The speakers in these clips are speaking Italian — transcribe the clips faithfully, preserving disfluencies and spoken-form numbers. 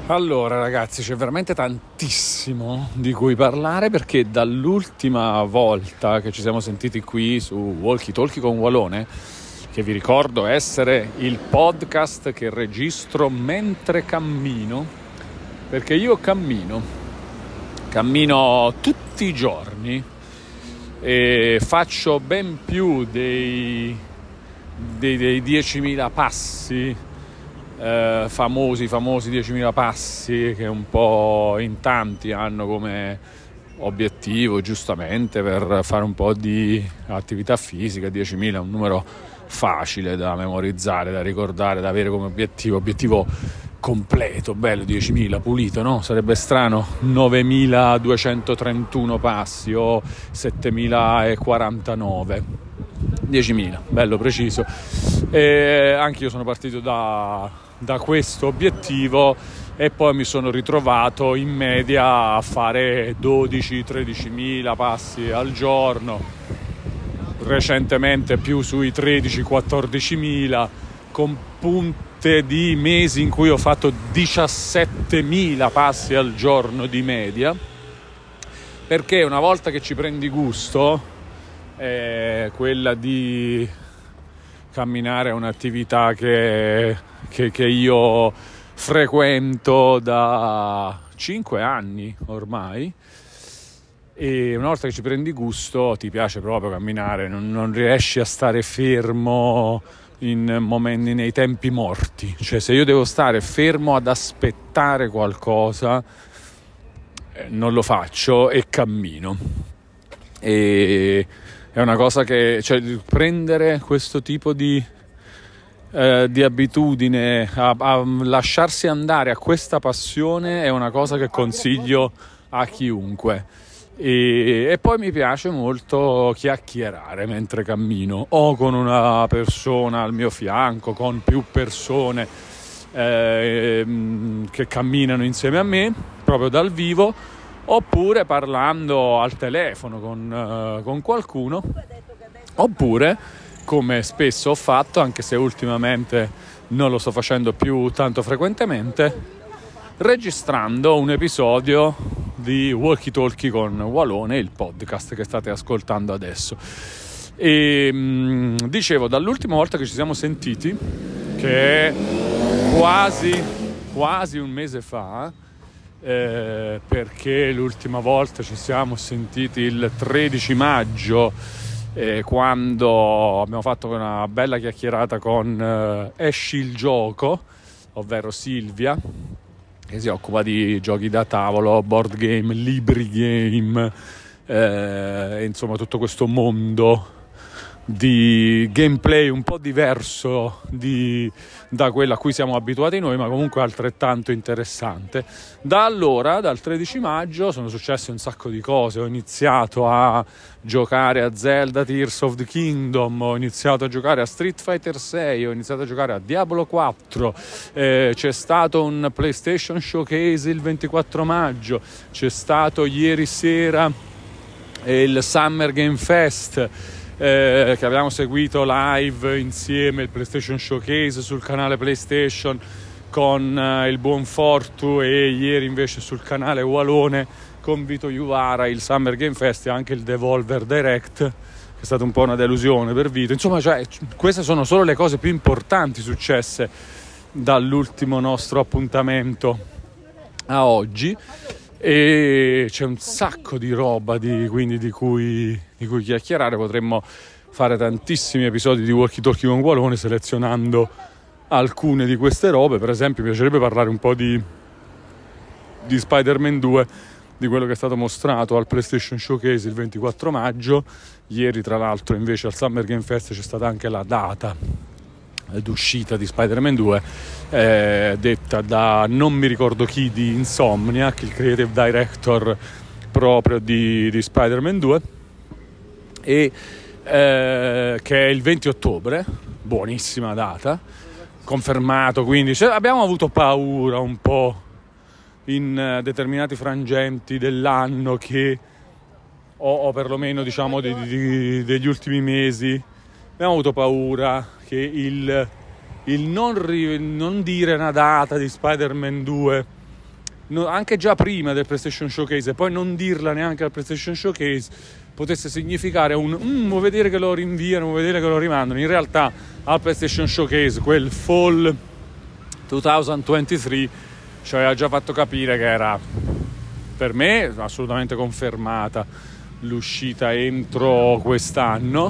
Allora ragazzi, c'è veramente tantissimo di cui parlare perché dall'ultima volta che ci siamo sentiti qui su Walkie Talkie con Walone, che vi ricordo essere il podcast che registro mentre cammino, perché io cammino, cammino tutti i giorni e faccio ben più dei, dei, dei diecimila passi. Eh, famosi famosi diecimila passi che un po' in tanti hanno come obiettivo, giustamente, per fare un po' di attività fisica. Diecimila è un numero facile da memorizzare, da ricordare, da avere come obiettivo obiettivo completo, bello. Diecimila pulito, no? Sarebbe strano novemiladuecentotrentuno passi o settemilaquarantanove. diecimila, bello preciso. E anche io sono partito da da questo obiettivo e poi mi sono ritrovato in media a fare dodici tredicimila passi al giorno, recentemente più sui tredici quattordicimila, con punte di mesi in cui ho fatto diciassettemila passi al giorno di media, perché una volta che ci prendi gusto, è quella di camminare è un'attività che, che, che io frequento da cinque anni ormai, e una volta che ci prendi gusto ti piace proprio camminare, non, non riesci a stare fermo in momenti, nei tempi morti. Cioè, se io devo stare fermo ad aspettare qualcosa, eh, non lo faccio e cammino. E è una cosa che, cioè, prendere questo tipo di, eh, di abitudine, a, a lasciarsi andare a questa passione, è una cosa che consiglio a chiunque. E, e poi mi piace molto chiacchierare mentre cammino, o con una persona al mio fianco, con più persone eh, che camminano insieme a me, proprio dal vivo, oppure parlando al telefono con, uh, con qualcuno, oppure, come spesso ho fatto, anche se ultimamente non lo sto facendo più tanto frequentemente, registrando un episodio di Walkie Talkie con Walone, il podcast che state ascoltando adesso. E mh, dicevo, dall'ultima volta che ci siamo sentiti, che è quasi, quasi un mese fa, Eh, perché l'ultima volta ci siamo sentiti il tredici maggio, eh, quando abbiamo fatto una bella chiacchierata con eh, Esci il Gioco, ovvero Silvia, che si occupa di giochi da tavolo, board game, libri game, eh, insomma tutto questo mondo di gameplay un po' diverso di, da quello a cui siamo abituati noi, ma comunque altrettanto interessante. Da allora, dal tredici maggio, sono successe un sacco di cose. Ho iniziato a giocare a Zelda Tears of the Kingdom, ho iniziato a giocare a Street Fighter sei, ho iniziato a giocare a Diablo quattro, eh, c'è stato un PlayStation Showcase il ventiquattro maggio, c'è stato ieri sera il Summer Game Fest, Eh, che abbiamo seguito live insieme, il PlayStation Showcase sul canale PlayStation con eh, il buon Fortu, e ieri invece sul canale Walone con Vito Juvara il Summer Game Fest e anche il Devolver Direct, che è stata un po' una delusione per Vito. Insomma, cioè, queste sono solo le cose più importanti successe dall'ultimo nostro appuntamento a oggi, e c'è un sacco di roba di, quindi di cui, di cui chiacchierare. Potremmo fare tantissimi episodi di Walkie Talkie con Walone selezionando alcune di queste robe. Per esempio, mi piacerebbe parlare un po' di, di Spider-Man due, di quello che è stato mostrato al PlayStation Showcase il ventiquattro maggio. Ieri, tra l'altro, invece al Summer Game Fest c'è stata anche la data d'uscita di Spider-Man due, eh, detta da non mi ricordo chi, di Insomniac, il creative director proprio di, di Spider-Man due, e eh, che è il venti ottobre, buonissima data, confermato. Quindi cioè, abbiamo avuto paura un po' in uh, determinati frangenti dell'anno, che o, o perlomeno diciamo di, di, degli ultimi mesi, abbiamo avuto paura che il, il non, ri, non dire una data di Spider-Man due no, anche già prima del PlayStation Showcase, e poi non dirla neanche al PlayStation Showcase, potesse significare un mm, vuoi vedere che lo rinviano, vuoi vedere che lo rimandano. In realtà al PlayStation Showcase quel Fall duemilaventitré ci aveva già fatto capire che era, per me, assolutamente confermata l'uscita entro quest'anno,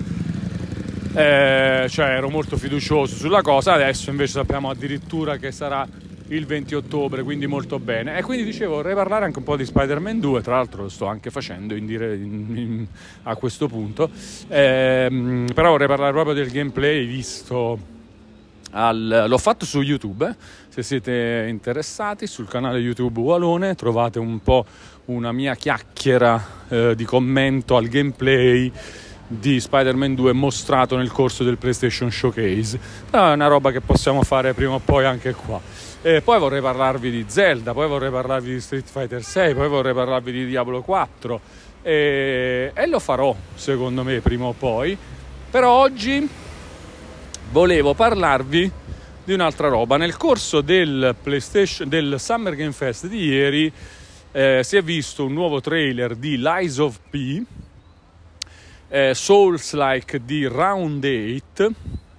eh, cioè ero molto fiducioso sulla cosa. Adesso invece sappiamo addirittura che sarà il venti ottobre, quindi molto bene. E quindi dicevo, vorrei parlare anche un po' di Spider-Man due, tra l'altro lo sto anche facendo in dire, in, in, a questo punto, eh, però vorrei parlare proprio del gameplay visto al, l'ho fatto su YouTube, eh. Se siete interessati, sul canale YouTube Ualone trovate un po' una mia chiacchiera eh, di commento al gameplay di Spider-Man due mostrato nel corso del PlayStation Showcase. Però è una roba che possiamo fare prima o poi anche qua. E poi vorrei parlarvi di Zelda, poi vorrei parlarvi di Street Fighter sei, poi vorrei parlarvi di Diablo quattro, e, e lo farò secondo me prima o poi. Però oggi volevo parlarvi di un'altra roba. Nel corso del PlayStation del Summer Game Fest di ieri eh, si è visto un nuovo trailer di Lies of P, eh, Souls-like di Round otto,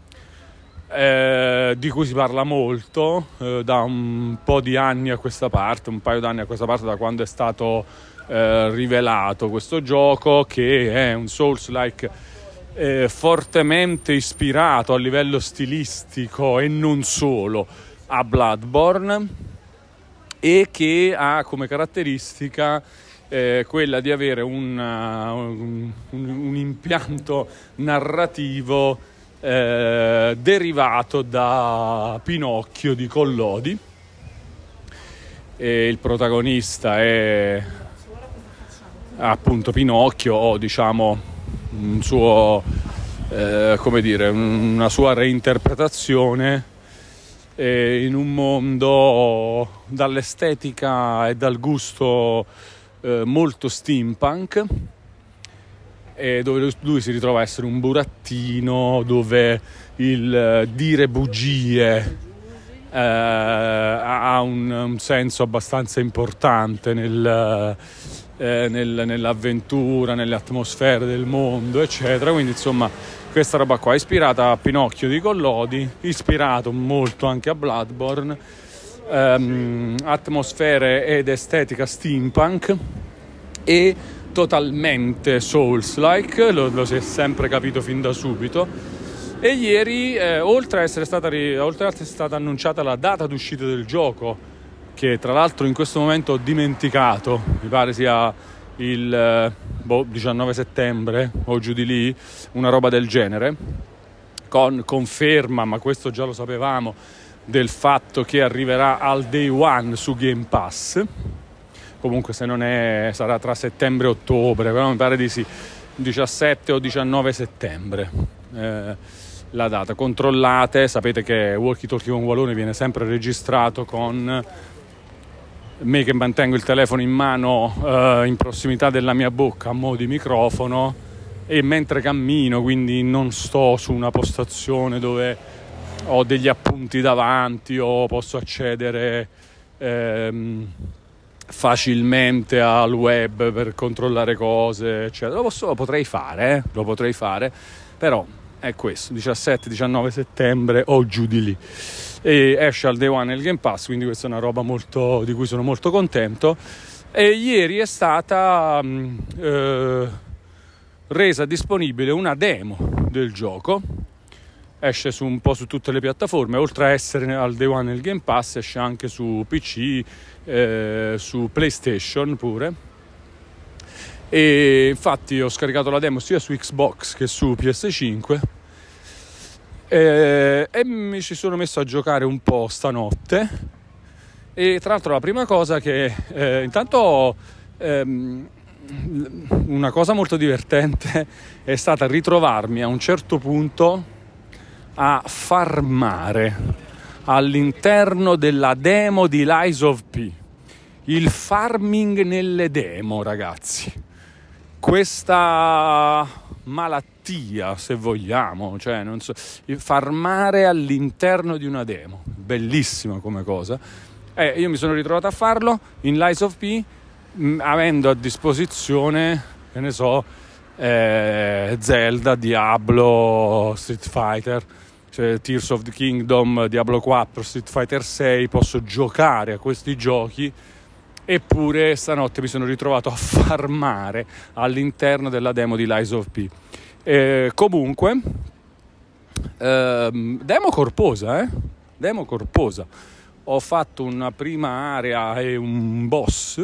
eh, di cui si parla molto eh, da un po' di anni a questa parte, un paio d'anni a questa parte, da quando è stato eh, rivelato questo gioco, che è un Souls-like eh, fortemente ispirato a livello stilistico e non solo a Bloodborne, e che ha come caratteristica eh, quella di avere un, un, un impianto narrativo eh, derivato da Pinocchio di Collodi. E il protagonista è appunto Pinocchio, o diciamo un suo eh, come dire una sua reinterpretazione eh, in un mondo dall'estetica e dal gusto eh, molto steampunk, e dove lui si ritrova a essere un burattino, dove il eh, dire bugie eh, ha un, un senso abbastanza importante nel, eh, nel, nell'avventura, nelle atmosfere del mondo, eccetera. Quindi insomma questa roba qua è ispirata a Pinocchio di Collodi, ispirato molto anche a Bloodborne, ehm, atmosfere ed estetica steampunk e totalmente Souls-like, lo, lo si è sempre capito fin da subito. E ieri, eh, oltre, a essere stata, oltre a essere stata annunciata la data d'uscita del gioco, che tra l'altro in questo momento ho dimenticato, mi pare sia il eh, boh, diciannove settembre o giù di lì, una roba del genere, con conferma, ma questo già lo sapevamo, del fatto che arriverà al day one su Game Pass. Comunque se non è, sarà tra settembre e ottobre, però mi pare di sì, diciassette o diciannove settembre eh, la data. Controllate, sapete che Walkie Talkie con Walone viene sempre registrato con me che mantengo il telefono in mano eh, in prossimità della mia bocca a mo' di microfono, e mentre cammino, quindi non sto su una postazione dove ho degli appunti davanti o posso accedere ehm, facilmente al web per controllare cose, eccetera. Lo, posso, lo potrei fare, eh? lo potrei fare, però è questo, diciassette diciannove settembre o giù di lì, e esce al day one nel Game Pass, quindi questa è una roba molto, di cui sono molto contento. E ieri è stata mh, eh, resa disponibile una demo del gioco, esce su un po' su tutte le piattaforme, oltre a essere al day one nel Game Pass esce anche su P C, eh, su PlayStation pure. E infatti ho scaricato la demo sia su Xbox che su P S cinque e, e mi ci sono messo a giocare un po' stanotte. E tra l'altro la prima cosa che eh, intanto ehm, una cosa molto divertente è stata ritrovarmi a un certo punto a farmare all'interno della demo di Lies of P. Il farming nelle demo, ragazzi, questa malattia, se vogliamo, cioè non so, farmare all'interno di una demo, bellissima come cosa. Eh, io mi sono ritrovato a farlo in Lies of P, mh, avendo a disposizione, che ne so, eh, Zelda, Diablo, Street Fighter, cioè Tears of the Kingdom, Diablo quattro, Street Fighter sei, posso giocare a questi giochi. Eppure stanotte mi sono ritrovato a farmare all'interno della demo di Lies of P. Eh, comunque, ehm, demo corposa, eh? Demo corposa. Ho fatto una prima area e un boss,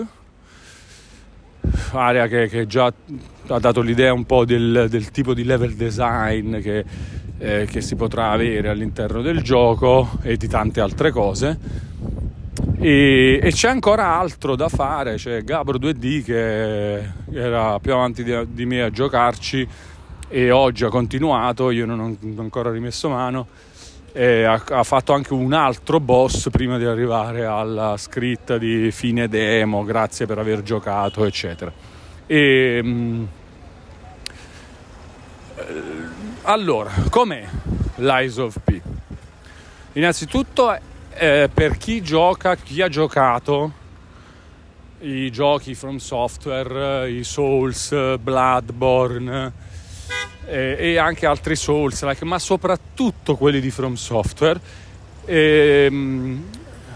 area che, che già ha dato l'idea un po' del, del tipo di level design che, eh, che si potrà avere all'interno del gioco e di tante altre cose. E, e c'è ancora altro da fare. C'è Gabro due D che era più avanti di, di me a giocarci e oggi ha continuato, io non ho, non ho ancora rimesso mano. E ha, ha fatto anche un altro boss prima di arrivare alla scritta di fine demo, grazie per aver giocato, eccetera. E mh, allora, com'è Lies of P? Innanzitutto, eh, per chi gioca, chi ha giocato i giochi From Software, i Souls, Bloodborne, Eh, e anche altri Souls, like, ma soprattutto quelli di From Software, ehm,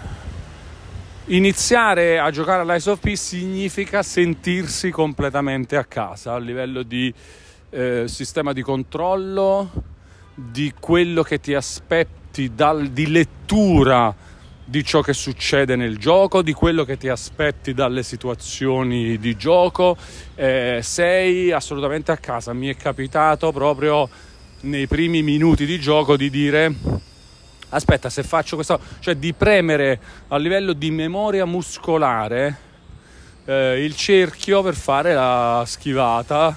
iniziare a giocare a Lies of P significa sentirsi completamente a casa a livello di eh, sistema di controllo, di quello che ti aspetti dal, di lettura di ciò che succede nel gioco, di quello che ti aspetti dalle situazioni di gioco. Eh, sei assolutamente a casa. Mi è capitato proprio nei primi minuti di gioco di dire: aspetta, se faccio questo, cioè di premere a livello di memoria muscolare eh, il cerchio per fare la schivata,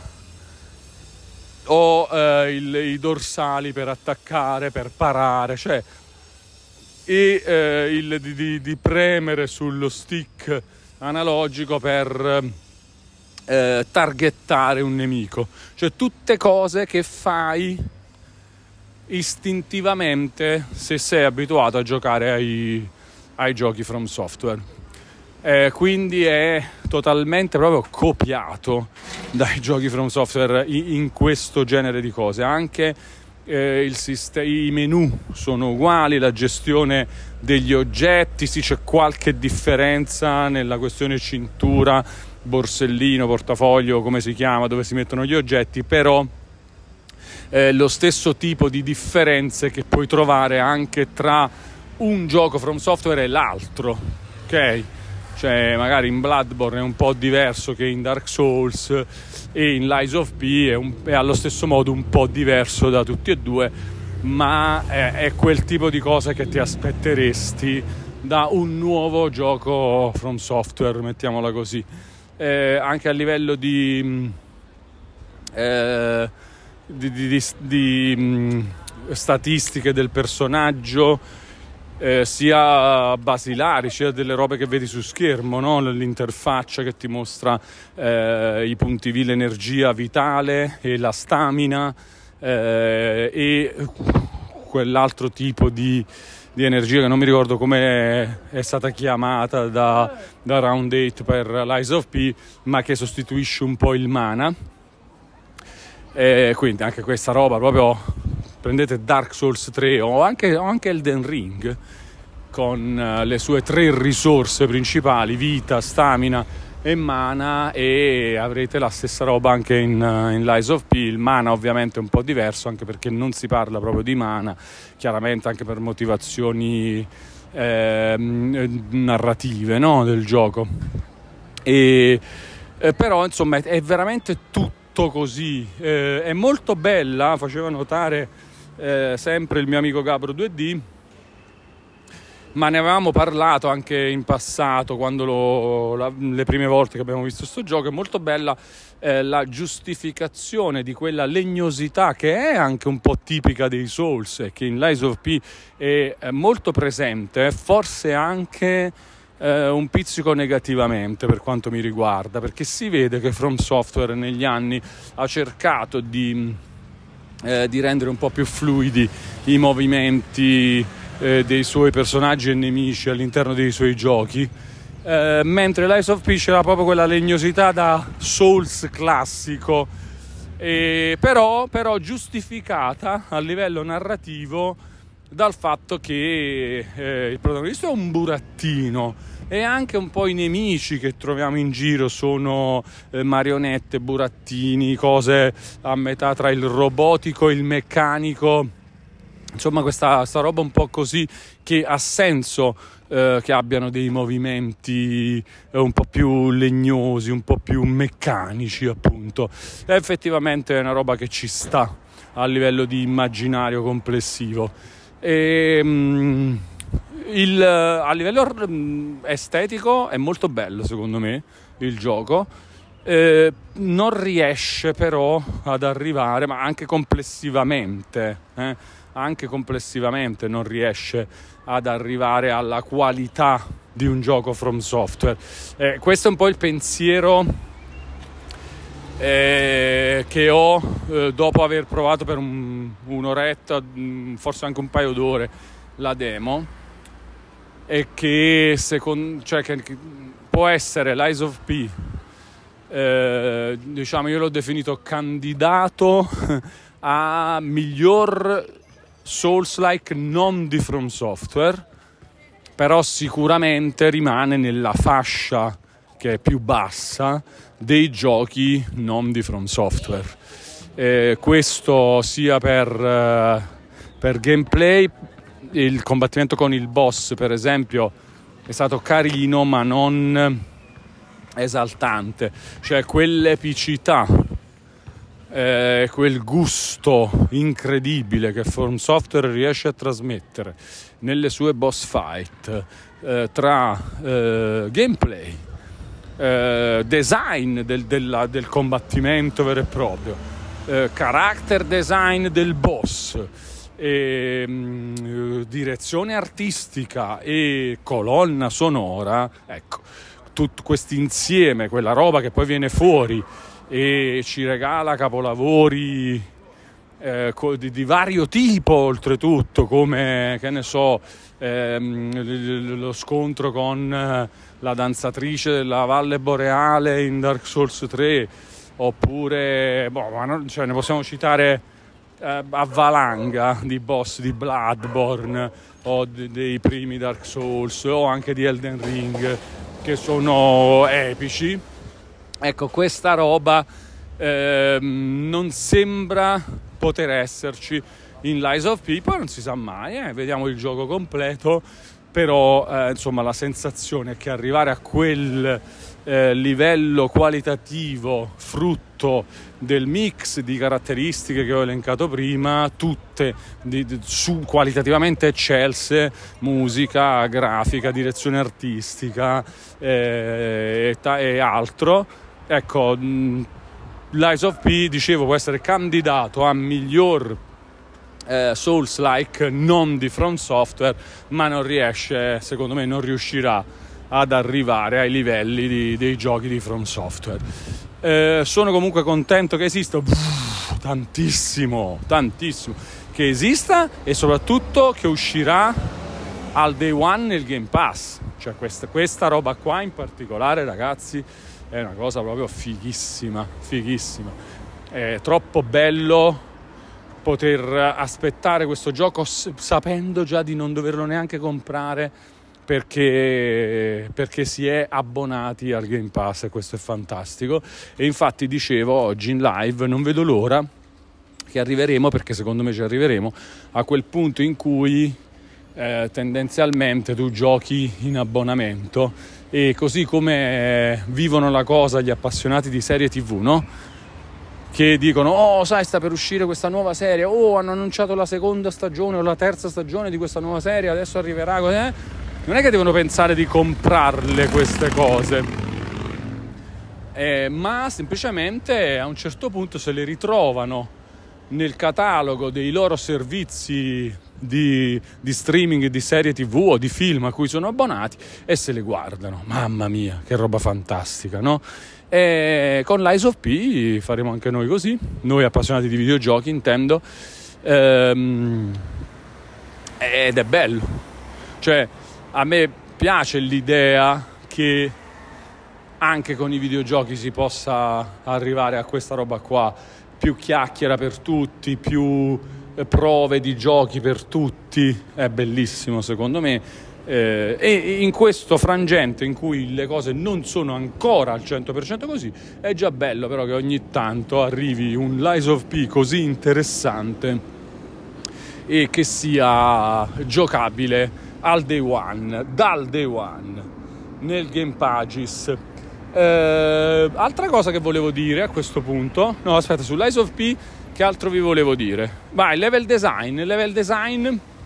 o eh, il, i dorsali per attaccare, per parare, cioè e eh, il di, di, di premere sullo stick analogico per eh, targettare un nemico, cioè tutte cose che fai istintivamente se sei abituato a giocare ai, ai giochi From Software. Eh, quindi è totalmente proprio copiato dai giochi From Software in, in questo genere di cose. Anche Eh, il sist- i menu sono uguali, la gestione degli oggetti, sì, c'è qualche differenza nella questione cintura, borsellino, portafoglio, come si chiama, dove si mettono gli oggetti, però eh, lo stesso tipo di differenze che puoi trovare anche tra un gioco From Software e l'altro, ok? Cioè magari in Bloodborne è un po' diverso che in Dark Souls, e in Lies of P è, un, è allo stesso modo un po' diverso da tutti e due, ma è, è quel tipo di cosa che ti aspetteresti da un nuovo gioco From Software, mettiamola così. Eh, anche a livello di, eh, di, di, di, di mh, statistiche del personaggio, Eh, sia basilari, sia delle robe che vedi su schermo, no? L'interfaccia che ti mostra eh, i punti V, l'energia vitale e la stamina, eh, e quell'altro tipo di, di energia che non mi ricordo come è stata chiamata da, da Round otto per Lies of P, ma che sostituisce un po' il mana. E quindi anche questa roba proprio... Prendete Dark Souls tre o anche, o anche Elden Ring, con uh, le sue tre risorse principali, vita, stamina e mana, e avrete la stessa roba anche in, uh, in Lies of P. Il mana ovviamente è un po' diverso, anche perché non si parla proprio di mana, chiaramente anche per motivazioni eh, narrative, no, del gioco. E, eh, però insomma è, è veramente tutto così. Eh, è molto bella, faceva notare Eh, sempre il mio amico Gabro due D, ma ne avevamo parlato anche in passato, quando lo, la, le prime volte che abbiamo visto sto gioco. È molto bella eh, la giustificazione di quella legnosità che è anche un po' tipica dei Souls e che in Lies of P è, è molto presente, forse anche eh, un pizzico negativamente per quanto mi riguarda, perché si vede che From Software negli anni ha cercato di Eh, di rendere un po' più fluidi i movimenti eh, dei suoi personaggi e nemici all'interno dei suoi giochi, eh, mentre Lies of P c'era proprio quella legnosità da Souls classico, eh, però, però giustificata a livello narrativo dal fatto che eh, il protagonista è un burattino e anche un po' i nemici che troviamo in giro sono eh, marionette, burattini, cose a metà tra il robotico e il meccanico, insomma questa, sta roba un po' così, che ha senso eh, che abbiano dei movimenti eh, un po' più legnosi, un po' più meccanici appunto. E effettivamente è una roba che ci sta a livello di immaginario complessivo. E, mm, il, a livello estetico è molto bello secondo me il gioco, eh, non riesce però ad arrivare, ma anche complessivamente eh, anche complessivamente non riesce ad arrivare alla qualità di un gioco From Software. Eh, questo è un po' il pensiero eh, che ho eh, dopo aver provato per un, un'oretta, forse anche un paio d'ore, la demo, e che, secondo, cioè, che può essere Lies of P, eh, diciamo, io l'ho definito candidato a miglior Souls-like non di From Software, però sicuramente rimane nella fascia che è più bassa dei giochi non di From Software. Eh, questo sia per, uh, per gameplay. Il combattimento con il boss, per esempio, è stato carino ma non esaltante, cioè quell'epicità, eh, quel gusto incredibile che From Software riesce a trasmettere nelle sue boss fight, eh, tra eh, gameplay, eh, design del, della, del combattimento vero e proprio, eh, character design del boss, e, mh, direzione artistica e colonna sonora, ecco, tutto questo insieme, quella roba che poi viene fuori e ci regala capolavori eh, di, di vario tipo, oltretutto, come, che ne so, ehm, lo scontro con la danzatrice della Valle Boreale in Dark Souls tre, oppure boh, ma non, cioè, ne possiamo citare a valanga di boss di Bloodborne o de- dei primi Dark Souls o anche di Elden Ring, che sono epici. Ecco, questa roba eh, non sembra poter esserci in Lies of P, poi non si sa mai, eh? Vediamo il gioco completo, però eh, insomma la sensazione è che arrivare a quel eh, livello qualitativo, frutto del mix di caratteristiche che ho elencato prima, tutte di, di, su, qualitativamente eccelse, musica, grafica, direzione artistica eh, e, e altro, ecco, mh, Lies of P, dicevo, può essere candidato a miglior eh, Souls-like non di From Software, ma non riesce, secondo me non riuscirà ad arrivare ai livelli di, dei giochi di From Software. Eh, sono comunque contento che esista, Uff, tantissimo, tantissimo, che esista, e soprattutto che uscirà al day one nel Game Pass. Cioè questa, questa roba qua in particolare, ragazzi, è una cosa proprio fighissima, fighissima. È troppo bello poter aspettare questo gioco sapendo già di non doverlo neanche comprare, perché, perché si è abbonati al Game Pass, e questo è fantastico. E infatti dicevo oggi in live, non vedo l'ora che arriveremo, perché secondo me ci arriveremo a quel punto in cui eh, tendenzialmente tu giochi in abbonamento, e così come eh, vivono la cosa gli appassionati di serie tivù, no? Che dicono: oh, sai, sta per uscire questa nuova serie, oh, hanno annunciato la seconda stagione o la terza stagione di questa nuova serie, adesso arriverà, eh? Non è che devono pensare di comprarle queste cose, eh, ma semplicemente a un certo punto se le ritrovano nel catalogo dei loro servizi di, di streaming di serie tivù o di film a cui sono abbonati, e se le guardano. Mamma mia, che roba fantastica, no? E con Lies of P faremo anche noi così, noi appassionati di videogiochi intendo, ehm, ed è bello. Cioè, a me piace l'idea che anche con i videogiochi si possa arrivare a questa roba qua, più chiacchiera per tutti, più prove di giochi per tutti, è bellissimo secondo me. Eh, e in questo frangente in cui le cose non sono ancora al cento per cento così, è già bello però che ogni tanto arrivi un Lies of P così interessante e che sia giocabile al day one, dal day one nel Game Pages. Eh, altra cosa che volevo dire a questo punto, no aspetta, su Lies of P che altro vi volevo dire? Vai, level design. Il level design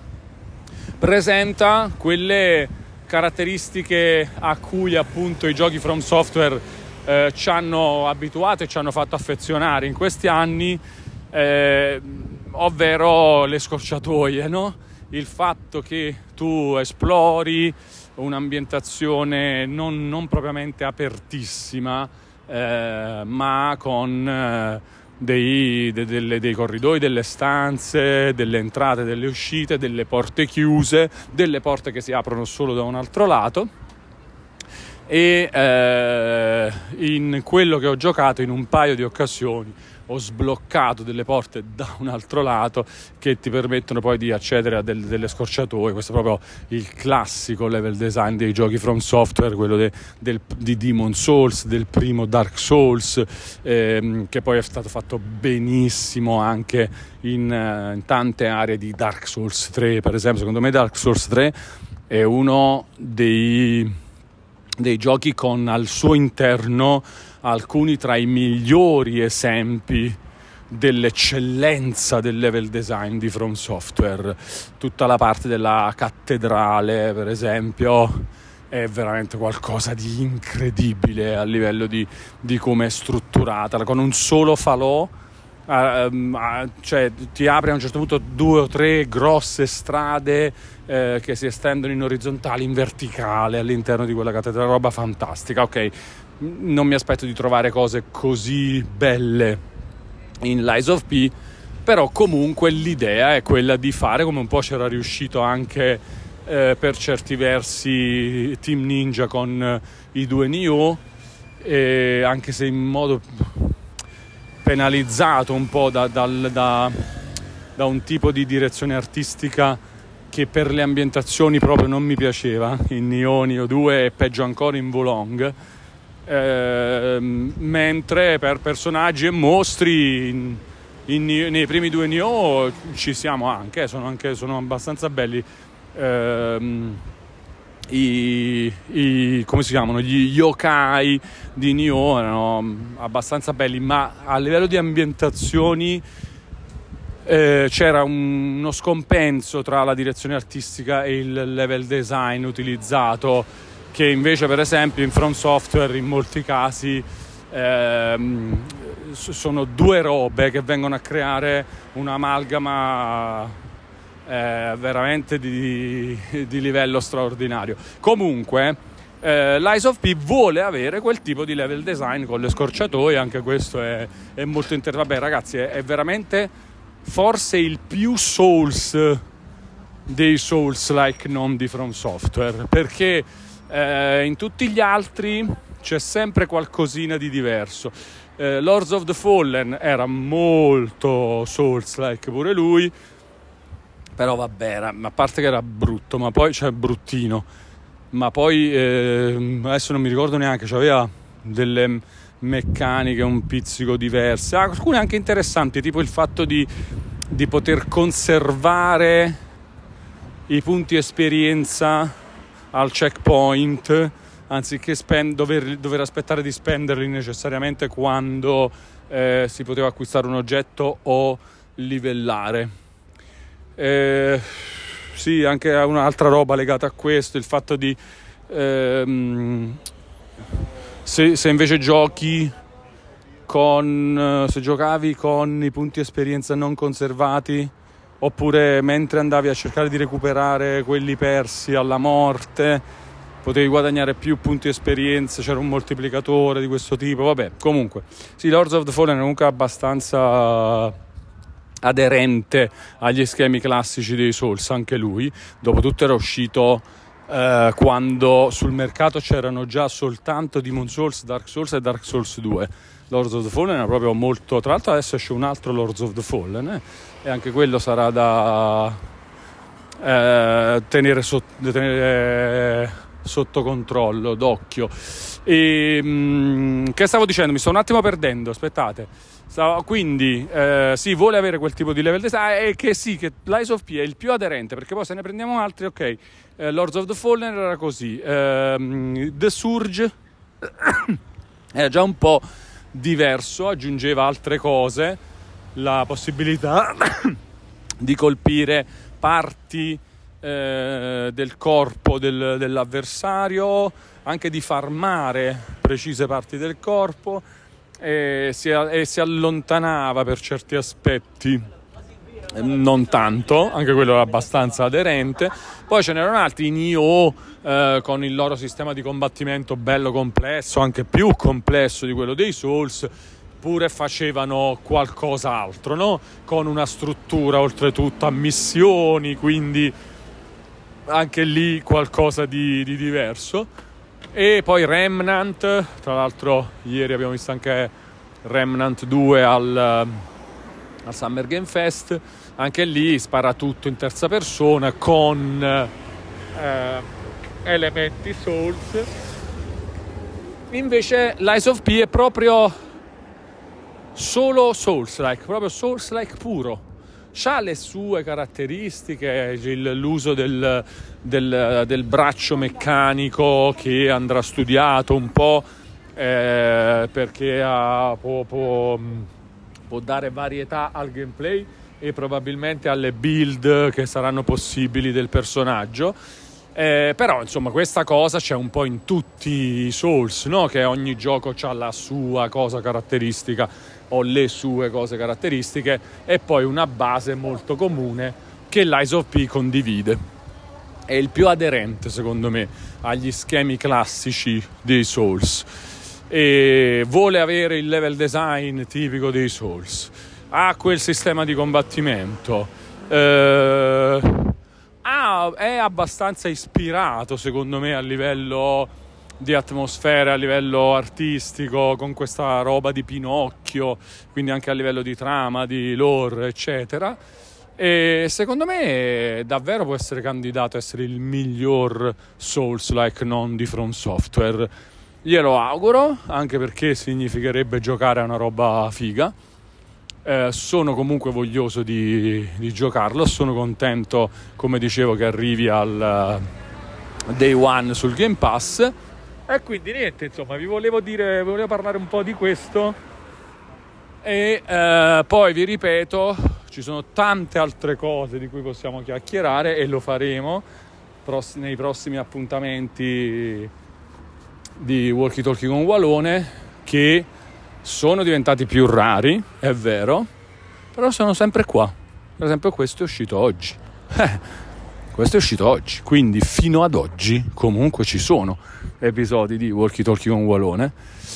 presenta quelle caratteristiche a cui appunto i giochi From Software eh, ci hanno abituato e ci hanno fatto affezionare in questi anni, eh, ovvero le scorciatoie, no? Il fatto che tu esplori un'ambientazione non, non propriamente apertissima, eh, ma con eh, dei, de, delle, dei corridoi, delle stanze, delle entrate, delle uscite, delle porte chiuse, delle porte che si aprono solo da un altro lato. E eh, in quello che ho giocato in un paio di occasioni ho sbloccato delle porte da un altro lato che ti permettono poi di accedere a del, delle scorciatoie. Questo è proprio il classico level design dei giochi From Software, quello de, del, di Demon Souls, del primo Dark Souls, ehm, che poi è stato fatto benissimo anche in, uh, in tante aree di Dark Souls tre, per esempio. Secondo me Dark Souls tre è uno dei, dei giochi con al suo interno alcuni tra i migliori esempi dell'eccellenza del level design di From Software. Tutta la parte della cattedrale, per esempio, è veramente qualcosa di incredibile a livello di, di come è strutturata, con un solo falò. Uh, uh, cioè ti apre a un certo punto due o tre grosse strade uh, che si estendono in orizzontale, in verticale all'interno di quella cattedrale, roba fantastica. Ok, non mi aspetto di trovare cose così belle in Lies of P, però comunque l'idea è quella di fare come un po' c'era riuscito anche uh, per certi versi Team Ninja con uh, i due Nioh, e anche se in modo penalizzato un po' da, dal, da, da un tipo di direzione artistica che per le ambientazioni proprio non mi piaceva in Nioh, Nioh due e peggio ancora in Wolong, eh, mentre per personaggi e mostri in, in, nei primi due Nioh ci siamo anche, sono, anche, sono abbastanza belli. Eh, I, i come si chiamano gli yokai di Nioh erano abbastanza belli, ma a livello di ambientazioni eh, c'era un, uno scompenso tra la direzione artistica e il level design utilizzato, che invece per esempio in From Software in molti casi ehm, sono due robe che vengono a creare un'amalgama Eh, veramente di, di livello straordinario. Comunque eh, Lies of P vuole avere quel tipo di level design con le scorciatoie, anche questo è, è molto interessante. Vabbè ragazzi, è, è veramente forse il più Souls dei Souls-like non di From Software, perché eh, in tutti gli altri c'è sempre qualcosina di diverso. eh, Lords of the Fallen era molto Souls-like pure lui, però vabbè, era, a parte che era brutto, ma poi cioè bruttino, ma poi eh, adesso non mi ricordo neanche, c'aveva delle meccaniche un pizzico diverse, ah, alcune anche interessanti, tipo il fatto di, di poter conservare i punti esperienza al checkpoint anziché spend- dover, dover aspettare di spenderli necessariamente quando eh, si poteva acquistare un oggetto o livellare. Eh, sì, anche un'altra roba legata a questo, il fatto di ehm, se, se invece giochi con se giocavi con i punti esperienza non conservati, oppure mentre andavi a cercare di recuperare quelli persi alla morte potevi guadagnare più punti esperienza, c'era un moltiplicatore di questo tipo. Vabbè, comunque sì, Lords of the Fallen è comunque abbastanza aderente agli schemi classici dei Souls, anche lui. Dopotutto era uscito eh, quando sul mercato c'erano già soltanto Demon Souls, Dark Souls e Dark Souls due. Lords of the Fallen era proprio molto... Tra l'altro adesso esce un altro Lords of the Fallen eh? E anche quello sarà da eh, tenere, sotto, tenere sotto controllo, d'occhio. E, mh, che stavo dicendo? Mi sto un attimo perdendo, aspettate. Stavo, quindi eh, sì, vuole avere quel tipo di level design, e che sì, che Lies of P è il più aderente, perché poi se ne prendiamo altri, ok, eh, Lords of the Fallen era così, eh, The Surge era già un po' diverso, aggiungeva altre cose, la possibilità di colpire parti eh, del corpo del, dell'avversario, anche di farmare precise parti del corpo, e si, e si allontanava per certi aspetti, non tanto, anche quello era abbastanza aderente. Poi ce n'erano altri, Nioh, eh, con il loro sistema di combattimento bello complesso, anche più complesso di quello dei Souls, pure facevano qualcos'altro, no? Con una struttura oltretutto a missioni, quindi anche lì qualcosa di, di diverso. E poi Remnant, tra l'altro ieri abbiamo visto anche Remnant due al, al Summer Game Fest, anche lì spara tutto in terza persona con eh, elementi Souls. Invece Lies of P è proprio solo Souls-like, proprio Souls-like puro. C'ha le sue caratteristiche, l'uso del, del, del braccio meccanico che andrà studiato un po', eh, perché ha, può, può, può dare varietà al gameplay e probabilmente alle build che saranno possibili del personaggio. Eh, però insomma questa cosa c'è un po' in tutti i Souls, no? Che ogni gioco ha la sua cosa caratteristica o le sue cose caratteristiche, e poi una base molto comune che Lies of P condivide. È il più aderente secondo me agli schemi classici dei Souls, e vuole avere il level design tipico dei Souls, ha quel sistema di combattimento, eh, Ah, è abbastanza ispirato secondo me a livello di atmosfera, a livello artistico, con questa roba di Pinocchio, quindi anche a livello di trama, di lore, eccetera. E secondo me davvero può essere candidato a essere il miglior Souls-like non di From Software. Glielo auguro, anche perché significherebbe giocare a una roba figa. Eh, sono comunque voglioso di, di giocarlo, sono contento, come dicevo, che arrivi al uh, day one sul Game Pass, e quindi niente, insomma, vi volevo dire, vi volevo parlare un po' di questo, e uh, poi vi ripeto, ci sono tante altre cose di cui possiamo chiacchierare, e lo faremo pross- nei prossimi appuntamenti di Walkie Talkie con Walone, che sono diventati più rari, è vero, però sono sempre qua. Per esempio questo è uscito oggi. Eh, questo è uscito oggi, quindi fino ad oggi comunque ci sono episodi di Walkie Talkie con Walone,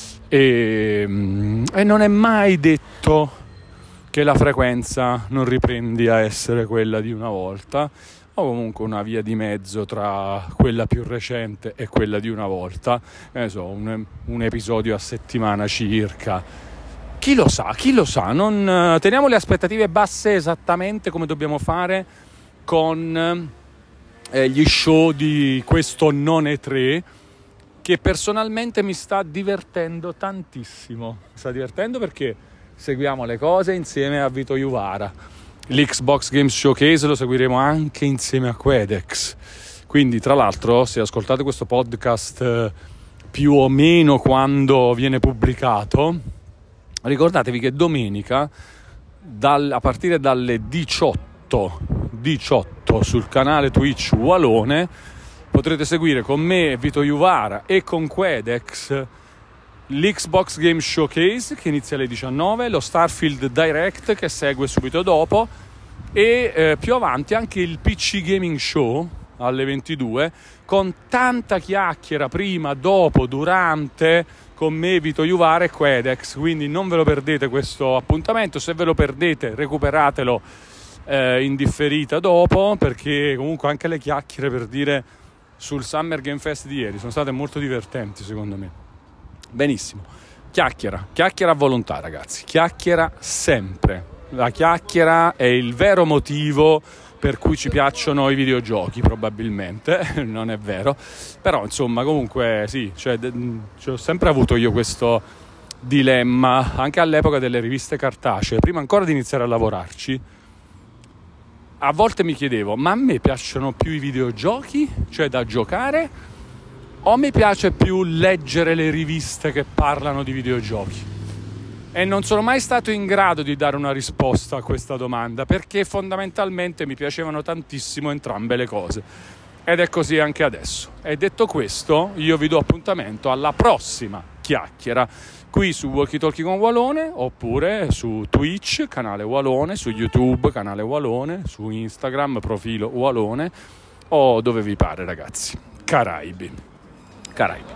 e, e non è mai detto che la frequenza non riprendi a essere quella di una volta, o comunque una via di mezzo tra quella più recente e quella di una volta, ne so, un, un episodio a settimana circa. Chi lo sa, chi lo sa, non teniamo le aspettative basse esattamente come dobbiamo fare con eh, gli show di questo non E tre, che personalmente mi sta divertendo tantissimo. Mi sta divertendo perché seguiamo le cose insieme a Vito Juvara. L'Xbox Games Showcase lo seguiremo anche insieme a Quedex. Quindi, tra l'altro, se ascoltate questo podcast eh, più o meno quando viene pubblicato, ricordatevi che domenica, dal, a partire dalle diciotto, diciotto sul canale Twitch Walone, potrete seguire con me, Vito Juvara e con Quedex l'Xbox Game Showcase, che inizia alle diciannove, lo Starfield Direct che segue subito dopo, e eh, più avanti anche il P C Gaming Show, alle ventidue, con tanta chiacchiera prima, dopo, durante, con me, Vito Juvara e Quedex. Quindi non ve lo perdete questo appuntamento. Se ve lo perdete, recuperatelo eh, in differita dopo, perché comunque anche le chiacchiere, per dire, sul Summer Game Fest di ieri sono state molto divertenti, secondo me. Benissimo, chiacchiera, chiacchiera a volontà, ragazzi, chiacchiera sempre. La chiacchiera è il vero motivo per cui ci piacciono i videogiochi, probabilmente, non è vero, però insomma comunque sì, cioè, cioè, ho sempre avuto io questo dilemma, anche all'epoca delle riviste cartacee, prima ancora di iniziare a lavorarci, a volte mi chiedevo, ma a me piacciono più i videogiochi, cioè da giocare, o mi piace più leggere le riviste che parlano di videogiochi? E non sono mai stato in grado di dare una risposta a questa domanda, perché fondamentalmente mi piacevano tantissimo entrambe le cose, ed è così anche adesso. E detto questo, io vi do appuntamento alla prossima chiacchiera qui su Walkie Talkie con Walone, oppure su Twitch, canale Walone, su YouTube, canale Walone, su Instagram, profilo Walone, o dove vi pare, ragazzi. Caraibi Caraibi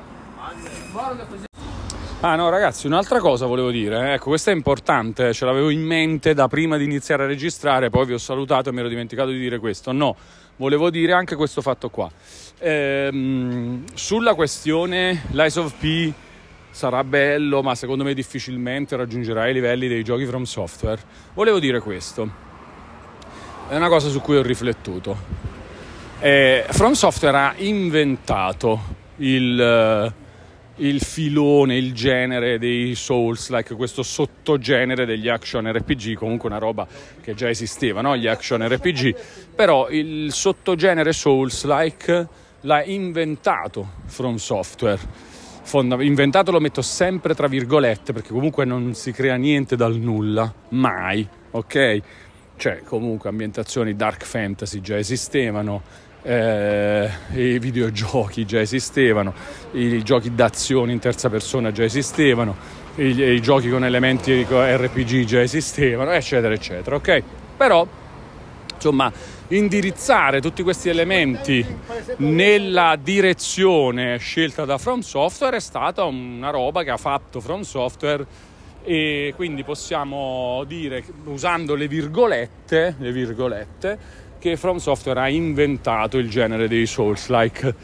Ah no, ragazzi, un'altra cosa volevo dire, ecco, questa è importante, ce l'avevo in mente da prima di iniziare a registrare, poi vi ho salutato e mi ero dimenticato di dire questo. No, volevo dire anche questo fatto qua. Ehm, sulla questione Lies of P sarà bello, ma secondo me difficilmente raggiungerà i livelli dei giochi From Software, volevo dire questo. È una cosa su cui ho riflettuto. Eh, From Software ha inventato il... il filone, il genere dei Souls-like, questo sottogenere degli action R P G, comunque una roba che già esisteva, no? Gli action R P G, però il sottogenere Souls-like l'ha inventato From Software. Fonda- inventato lo metto sempre tra virgolette, perché comunque non si crea niente dal nulla, mai, ok? Cioè, comunque ambientazioni dark fantasy già esistevano, Eh, i videogiochi già esistevano, i giochi d'azione in terza persona già esistevano, i, i giochi con elementi R P G già esistevano, eccetera eccetera, ok? Però insomma indirizzare tutti questi elementi nella direzione scelta da From Software è stata una roba che ha fatto From Software, e quindi possiamo dire, usando le virgolette le virgolette che From Software ha inventato il genere dei Souls-like.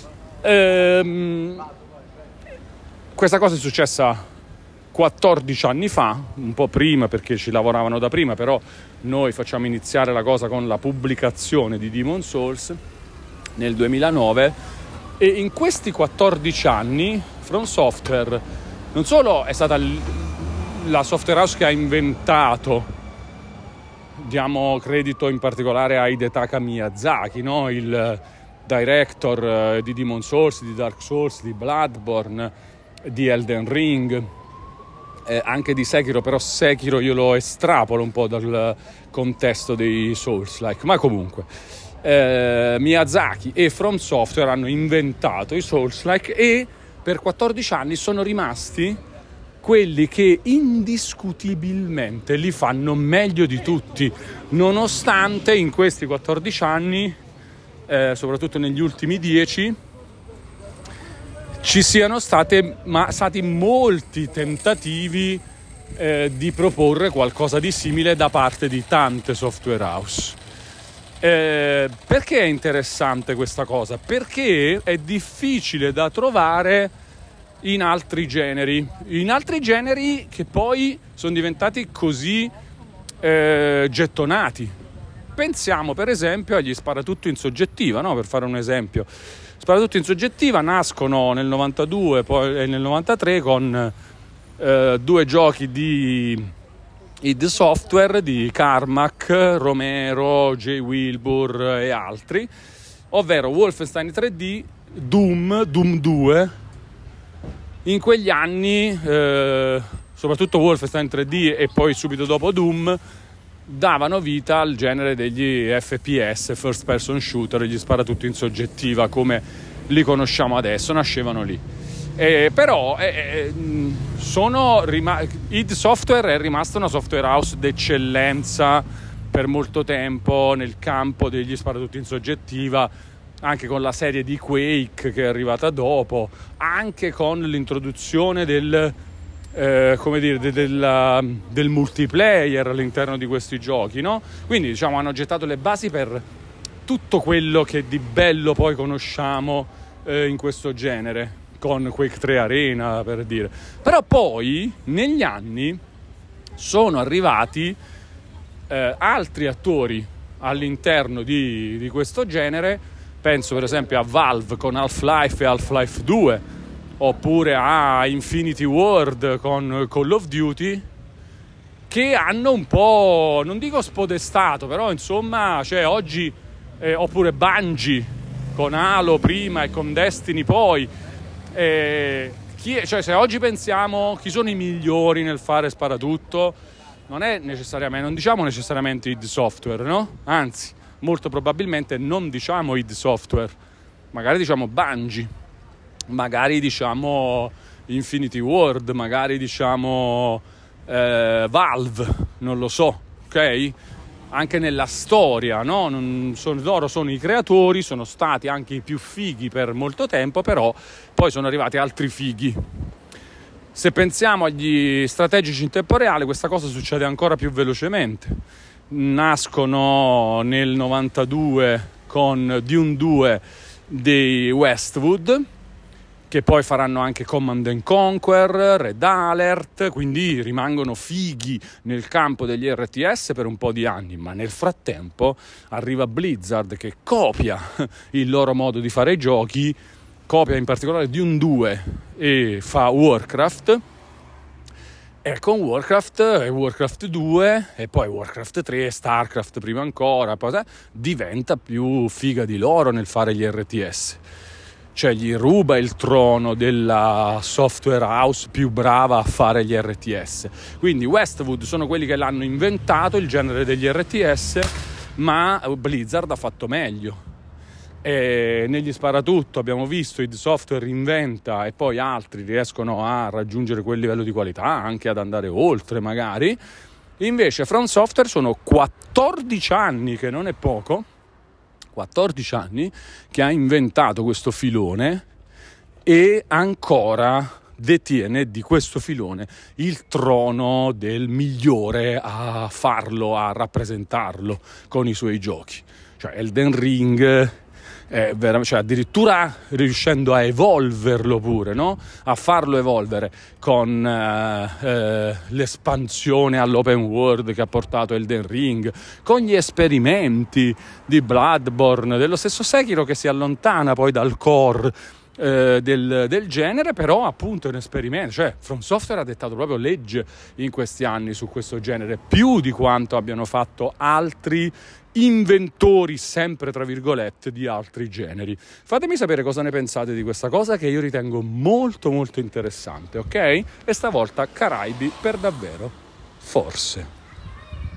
Ehm, questa cosa è successa quattordici anni fa, un po' prima perché ci lavoravano da prima, però noi facciamo iniziare la cosa con la pubblicazione di Demon's Souls nel duemilanove, e in questi quattordici anni From Software non solo è stata la software house che ha inventato, diamo credito in particolare a Hidetaka Miyazaki, no? Il director di Demon's Souls, di Dark Souls, di Bloodborne, di Elden Ring, eh, anche di Sekiro, però Sekiro io lo estrapolo un po' dal contesto dei Souls-like, ma comunque eh, Miyazaki e From Software hanno inventato i Souls-like, e per quattordici anni sono rimasti quelli che indiscutibilmente li fanno meglio di tutti, nonostante in questi quattordici anni, eh, soprattutto negli ultimi dieci, ci siano state, ma, stati molti tentativi eh, di proporre qualcosa di simile da parte di tante software house. Eh, perché è interessante questa cosa? Perché è difficile da trovare in altri generi, in altri generi che poi sono diventati così eh, gettonati. Pensiamo per esempio agli sparatutto in soggettiva, no? Per fare un esempio, sparatutto in soggettiva nascono nel novantadue poi, e nel novantatré con eh, due giochi di id Software, di Carmack, Romero, Jay Wilbur e altri, ovvero Wolfenstein tre D, Doom, Doom due. In quegli anni, eh, soprattutto Wolfenstein tre D e poi subito dopo Doom, davano vita al genere degli F P S, first person shooter, gli sparatutto in soggettiva come li conosciamo adesso, nascevano lì. Eh, però eh, sono rima- id Software è rimasta una software house d'eccellenza per molto tempo nel campo degli sparatutto in soggettiva, anche con la serie di Quake che è arrivata dopo, anche con l'introduzione del, eh, come dire, de, del, del multiplayer all'interno di questi giochi, no? Quindi diciamo hanno gettato le basi per tutto quello che di bello poi conosciamo eh, in questo genere, con Quake tre Arena per dire. Però poi negli anni sono arrivati eh, altri attori all'interno di, di questo genere. Penso per esempio a Valve con Half-Life e Half-Life due, oppure a Infinity Ward con Call of Duty, che hanno un po', non dico spodestato, però insomma, cioè oggi, eh, oppure Bungie con Halo prima e con Destiny poi, eh, chi è, cioè se oggi pensiamo chi sono i migliori nel fare sparatutto, non è necessariamente, non diciamo necessariamente id Software, no? Anzi, molto probabilmente non diciamo id Software, magari diciamo Bungie, magari diciamo Infinity Ward, magari diciamo eh, Valve, non lo so, ok? Anche nella storia, no? Non sono, loro sono i creatori, sono stati anche i più fighi per molto tempo, però poi sono arrivati altri fighi. Se pensiamo agli strategici in tempo reale, questa cosa succede ancora più velocemente. Nascono nel novantadue con Dune due dei Westwood, che poi faranno anche Command and Conquer, Red Alert, quindi rimangono fighi nel campo degli R T S per un po' di anni, ma nel frattempo arriva Blizzard che copia il loro modo di fare i giochi, copia in particolare Dune due e fa Warcraft. E con Warcraft e Warcraft due e poi Warcraft tre, Starcraft prima ancora, poi diventa più figa di loro nel fare gli R T S. Cioè gli ruba il trono della software house più brava a fare gli R T S. Quindi Westwood sono quelli che l'hanno inventato, il genere degli R T S, ma Blizzard ha fatto meglio. E negli sparatutto abbiamo visto id Software inventa e poi altri riescono a raggiungere quel livello di qualità, anche ad andare oltre magari. Invece From Software sono quattordici anni, che non è poco, quattordici anni che ha inventato questo filone e ancora detiene di questo filone il trono del migliore a farlo, a rappresentarlo con i suoi giochi. Cioè Elden Ring, Eh, cioè addirittura riuscendo a evolverlo pure, no? A farlo evolvere con eh, eh, l'espansione all'open world che ha portato Elden Ring, con gli esperimenti di Bloodborne, dello stesso Sekiro che si allontana poi dal core eh, del, del genere, però appunto è un esperimento. Cioè From Software ha dettato proprio legge in questi anni su questo genere, più di quanto abbiano fatto altri inventori, sempre tra virgolette, di altri generi. Fatemi sapere cosa ne pensate di questa cosa, che io ritengo molto molto interessante, ok? E stavolta Caraibi per davvero, forse.